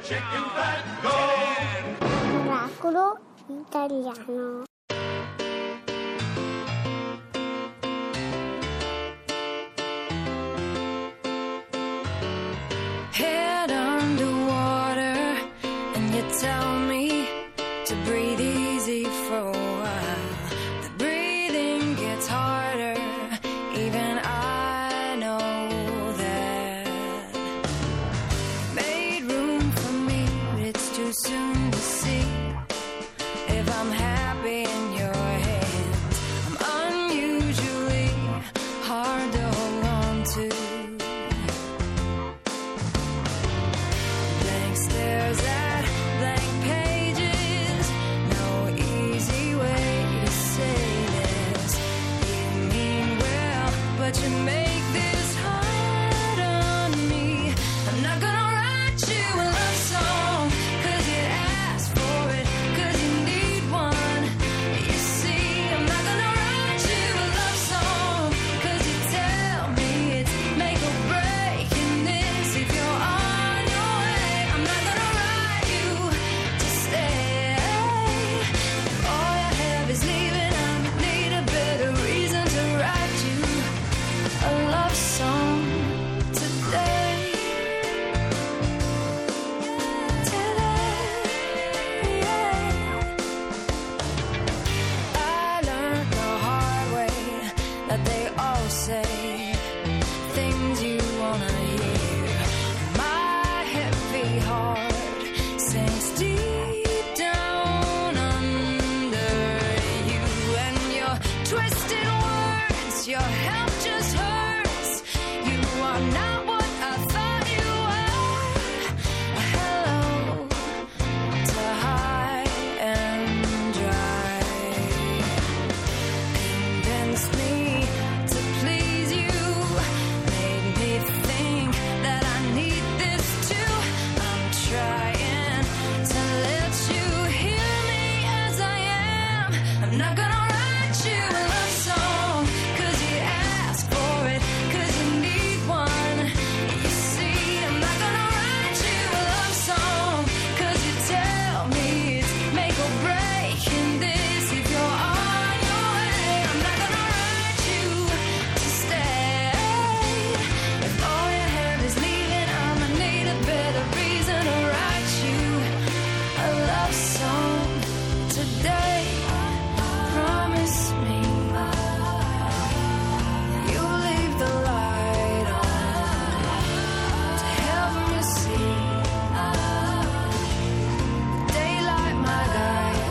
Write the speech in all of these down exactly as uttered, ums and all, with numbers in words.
chicken fat, go! Oracolo italiano. Head underwater, and you tell me to breathe easy for a while. The breathing gets harder, even I know that. Made room for me, but it's too soon to see if I'm happy in your hands. I'm unusually hard to hold on to. Stares at blank pages, no easy way to say this. You mean well, but you make this hard on me. I'm not gonna write you a love song, cause you asked for it, cause you need one. You see, I'm not gonna write you a love song, cause you tell me it's make or break in this. If you're on your way, I'm not gonna write you to stay. If all you have is leaving, I need a better reason to write you a love song today. Today, yeah. I learned the hard way that they all say things you wanna hear. My heavy heart sinks deep down under you, and your twisted words, your help just hurts. You are not what I thought you were. Hello to high and dry. Convinced me to please you, made me think that I need this too. I'm trying to let you hear me as I am. I'm not gonna write you a love song, cause you asked for it, cause you need one. You see, I'm not gonna write you a love song, cause you tell me it's make or break in this. If you're on your way, I'm not gonna write you to stay. If all you have is leaving, I'ma need a better reason to write you a love song today. Promise me you'll leave the light on to help me see daylight, my guide.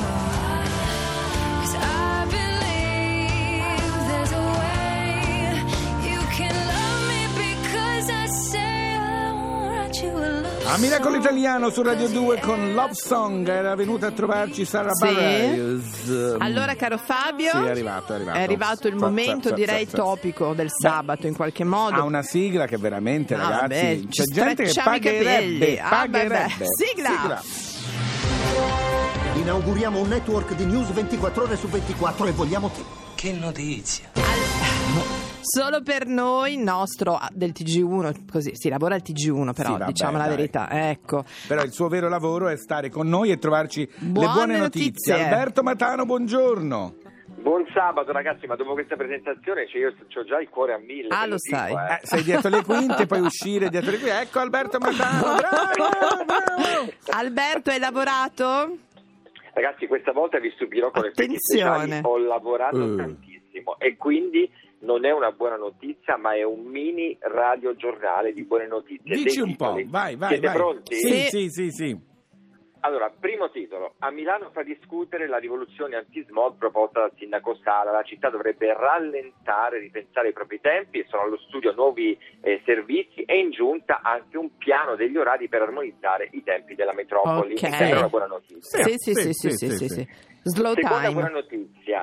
Cause I believe there's a way you can love me, because I say I won't write you a love A Miracolo song. Italiano su Radio due con Love Song. Era venuta a trovarci Sara Sì. Bareilles. Allora, caro Fabio, Sì, è arrivato, è arrivato. è arrivato il Fa- momento, fa- fa- direi, fa- topico del sabato, in qualche modo. Ha una sigla che veramente, No, ragazzi, vabbè, c'è ci gente che strecciamo i pagherebbe, capelli. Ah, beh, pagherebbe. beh. Sigla. Inauguriamo un network di news ventiquattro ore su ventiquattro e vogliamo che... Che notizia! Solo per noi, il nostro ah, del T G uno, così si lavora al T G uno, però Sì, vabbè, diciamo la dai. verità, ecco. Però il suo vero lavoro è stare con noi e trovarci Buone le buone notizie. notizie. Alberto Matano, buongiorno. Buon sabato ragazzi, ma dopo questa presentazione cioè io ho già il cuore a mille. Ah, ve lo dico, sai. eh. Eh, sei dietro le quinte, puoi uscire dietro le quinte. Ecco Alberto Matano, bravo, bravo. Alberto, hai lavorato? Ragazzi, questa volta vi stupirò con effetti Attenzione. speciali. Ho lavorato Eh. tantissimo e quindi non è una buona notizia, ma è un mini radiogiornale di buone notizie. Dici Dei un po', titoli. vai, vai, Siete vai. pronti? Sì, Sì. sì, sì, sì. Allora, primo titolo. A Milano fa discutere la rivoluzione anti-smog proposta dal sindaco Sala. La città dovrebbe rallentare, ripensare i propri tempi, sono allo studio nuovi eh, servizi e in giunta anche un piano degli orari per armonizzare i tempi della metropoli. Ok. Mi sembra una buona notizia. Sì, sì, sì, sì, sì, sì, sì. Slow Seconda time. buona notizia.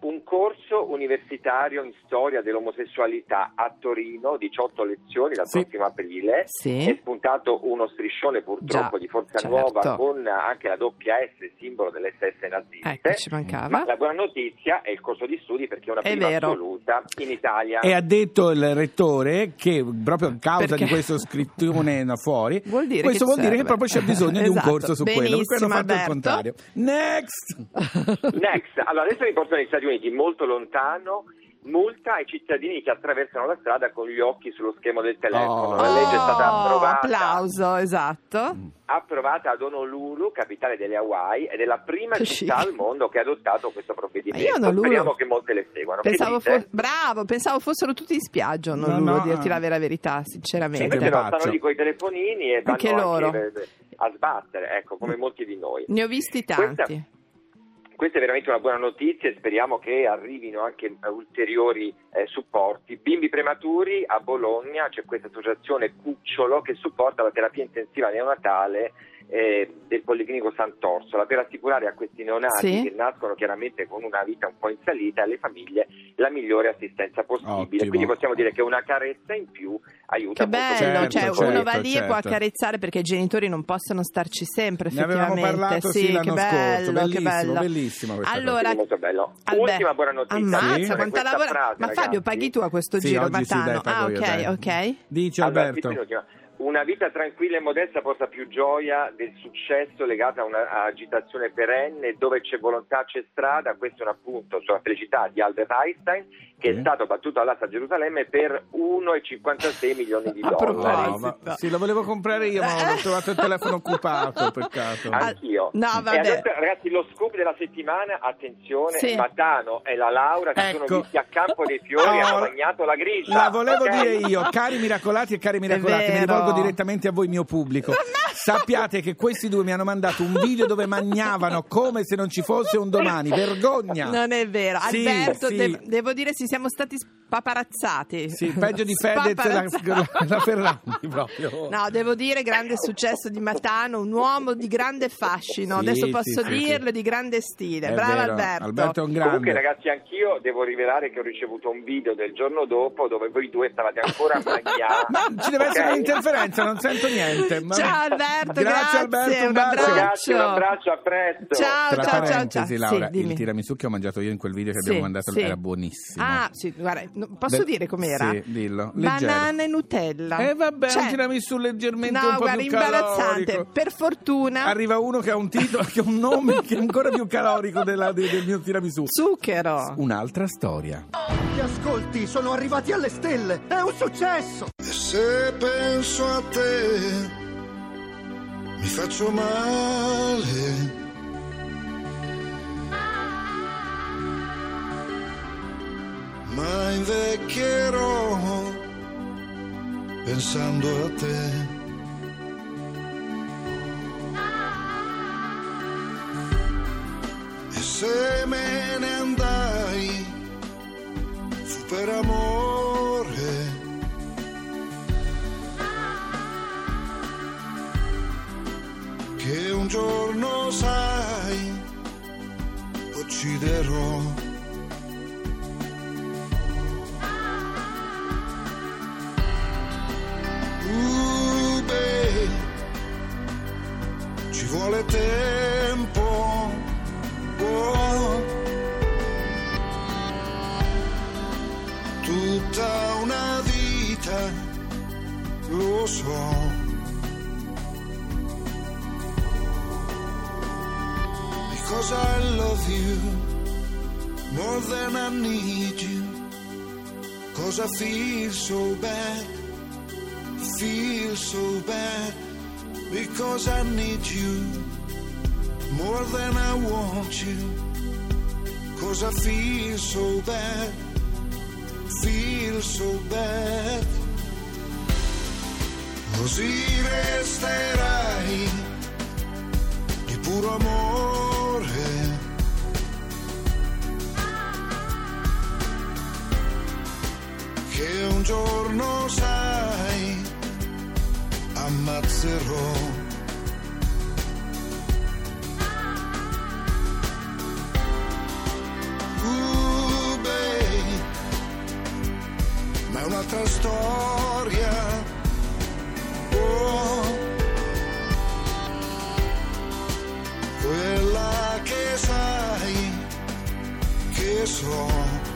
un corso universitario in storia dell'omosessualità a Torino, diciotto lezioni dal Sì. prossimo aprile. Sì. È spuntato uno striscione purtroppo Già, di Forza certo. Nuova con anche la doppia S, simbolo dell'esse esse naziste. Ecco, ci mancava. Ma la buona notizia è il corso di studi, perché è una È prima vero. assoluta in Italia. E ha detto il rettore che proprio a causa Perché? di questo scrittone no, fuori, Vuol dire questo che vuol dire serve. che proprio c'è bisogno di un Esatto. corso su quello, perché hanno Benissimo, fatto il Alberto. contrario. Next! Next, allora adesso mi porto negli Stati Uniti, molto lontano. Multa ai cittadini che attraversano la strada con gli occhi sullo schermo del telefono. Oh. La legge è stata Oh, approvata, applauso, esatto. approvata ad Honolulu, capitale delle Hawaii, ed è la prima Che città chic. al mondo che ha adottato questo provvedimento. Ma io Honolulu- Speriamo che molte le seguano. Che Pensavo dite? fo- bravo, pensavo fossero tutti in spiaggia, non No, no, no. dirti la vera verità, sinceramente. Invece no, Pazzo. stanno lì con i telefonini e vanno Anche loro. anche eh, a sbattere, ecco, come molti di noi. Ne ho visti Questa- tanti. Questa è veramente una buona notizia e speriamo che arrivino anche ulteriori eh, supporti. Bimbi prematuri a Bologna, c'è questa associazione Cucciolo che supporta la terapia intensiva neonatale eh, del Policlinico Sant'Orsola per assicurare a questi neonati Sì. che nascono chiaramente con una vita un po' in salita alle famiglie la migliore assistenza possibile. Ottimo. Quindi possiamo dire che una carezza in più aiuta Che molto. bello, Certo, cioè certo, uno va lì e può certo. accarezzare, perché i genitori non possono starci sempre, Ne avevamo effettivamente. parlato sì, sì, che l'anno bello, scorso, che bellissimo, bello. bellissima questa Allora, Quindi molto bello. Albe- Ultima buona notizia. Ammazza, Sì. quanta Questa lavora. frase, Ma Fabio, ragazzi. paghi tu a questo Sì, giro, oggi sì, Matano? dai, pago ah, io, ok, dai. ok. Dici Allora, Alberto. sì, penultima. Una vita tranquilla e modesta porta più gioia del successo legata a un'agitazione perenne. Dove c'è volontà c'è strada. Questo è un appunto sulla felicità di Albert Einstein, che Sì. è stato battuto all'asta a Gerusalemme per uno virgola cinquantasei milioni di A dollari. proposito. No, ma- sì, lo volevo comprare io, ma ho trovato il telefono occupato, peccato. Anch'io. No, E vabbè. adesso, ragazzi, lo scoop della settimana, attenzione, Sì. Matano e la Laura si sono Ecco. visti a Campo dei Fiori e Oh, hanno bagnato la grigia. La volevo ok? dire io, cari miracolati e cari miracolati, mi vero. rivolgo direttamente a voi, mio pubblico. Sappiate che questi due mi hanno mandato un video dove mangiavano come se non ci fosse un domani. Vergogna! Non è vero, Sì, Alberto, sì. de- devo dire sì, siamo stati spaparazzati. Sì, peggio di Fedez e la, Spaparazzati. la Ferrandi proprio. No, devo dire grande successo di Matano, un uomo di grande fascino, Sì, adesso sì, posso sì, dirlo, sì. di grande stile. È Bravo vero, Alberto. Alberto è un Comunque, grande. ragazzi, anch'io devo rivelare che ho ricevuto un video del giorno dopo dove voi due stavate ancora a mangiare. Ma ci deve essere ok? un'interferenza, non sento niente. Ma- Ciao Alberto, grazie, grazie, Alberto, un un bacio. abbraccio. Ragazzi, un abbraccio, a presto. Ciao, Tra ciao, ciao, parentesi, ciao. Laura, Sì, dimmi. il tiramisù che ho mangiato io in quel video che Sì, abbiamo mandato sì. era buonissimo. Ah, sì, guarda, no, posso Beh, dire com'era? Sì, dillo. Leggero. Banana e Nutella. E vabbè, Cioè, un tiramisù leggermente no, un po' guarda, più imbarazzante. calorico. Per fortuna, Arriva uno che ha un titolo, che ha un nome che è ancora più calorico della- de- del mio tiramisù. zucchero. Un'altra storia. Ti ascolti, sono arrivati alle stelle. È un successo. E se penso a te, mi faccio male. Ma invecchierò pensando a te. E se me ne andai, fu per amore. Che un giorno, sai, ucciderò. Uh, beh, ci vuole tempo. Oh. Tutta una vita, lo so. Because I love you more than I need you. Cause I feel so bad, feel so bad. Because I need you more than I want you. Cause I feel so bad, feel so bad. Così resterai di puro amore. Che un giorno, sai, ammazzerò. Uh, questa storia. Oh, quella che sai che so.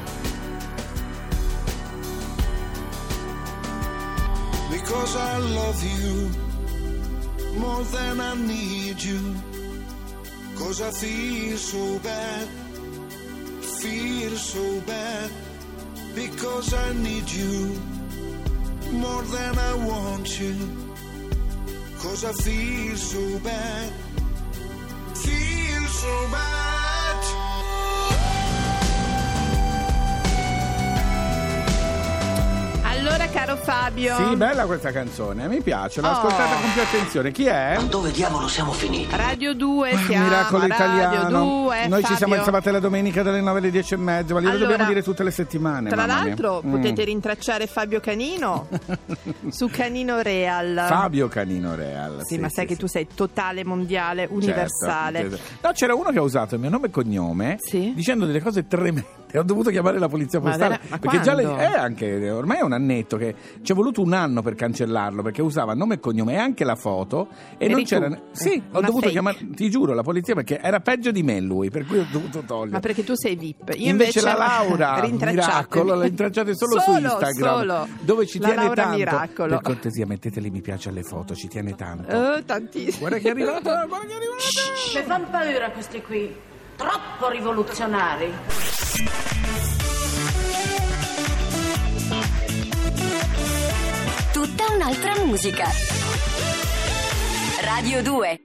Because I love you more than I need you. Cause I feel so bad, feel so bad. Because I need you more than I want you. Cause I feel so bad, feel so bad. Allora, caro Fabio. Sì, bella questa canzone, mi piace, l'ho Oh. ascoltata con più attenzione. Chi è? Dove diavolo siamo finiti? Radio due siamo. Miracolo Radio italiano. due, Noi ci Fabio. siamo il sabato e la domenica dalle nove alle dieci e mezza, ma glielo Allora, dobbiamo dire tutte le settimane. Tra mamma mia. l'altro Mm. potete rintracciare Fabio Canino su Canino Real. Fabio Canino Real. Sì, ma sai che sì. tu sei totale, mondiale, universale. Certo, certo. No, c'era uno che ha usato il mio nome e cognome Sì? dicendo delle cose tremende. Ho dovuto chiamare la polizia Ma postale. vera- ma perché già quando? le, è anche ormai è un annetto che ci è voluto un anno per cancellarlo perché usava nome e cognome e anche la foto e Eri non tu? c'era. Sì, ho Una dovuto fake. chiamare, ti giuro, la polizia perché era peggio di me lui, per cui ho dovuto togliere. Ma perché tu sei V I P. Io Invece, la Laura rintracciatevi. Miracolo la rintracciate solo, su Solo, Instagram solo. dove ci La tiene Laura tanto. Miracolo. Per cortesia metteteli mi piace alle foto, ci tiene tanto. Oh, tantissimo. Guarda che è arrivata, guarda che è arrivata. Mi fanno paura questi qui, troppo rivoluzionari. Tutta un'altra musica. Radio due.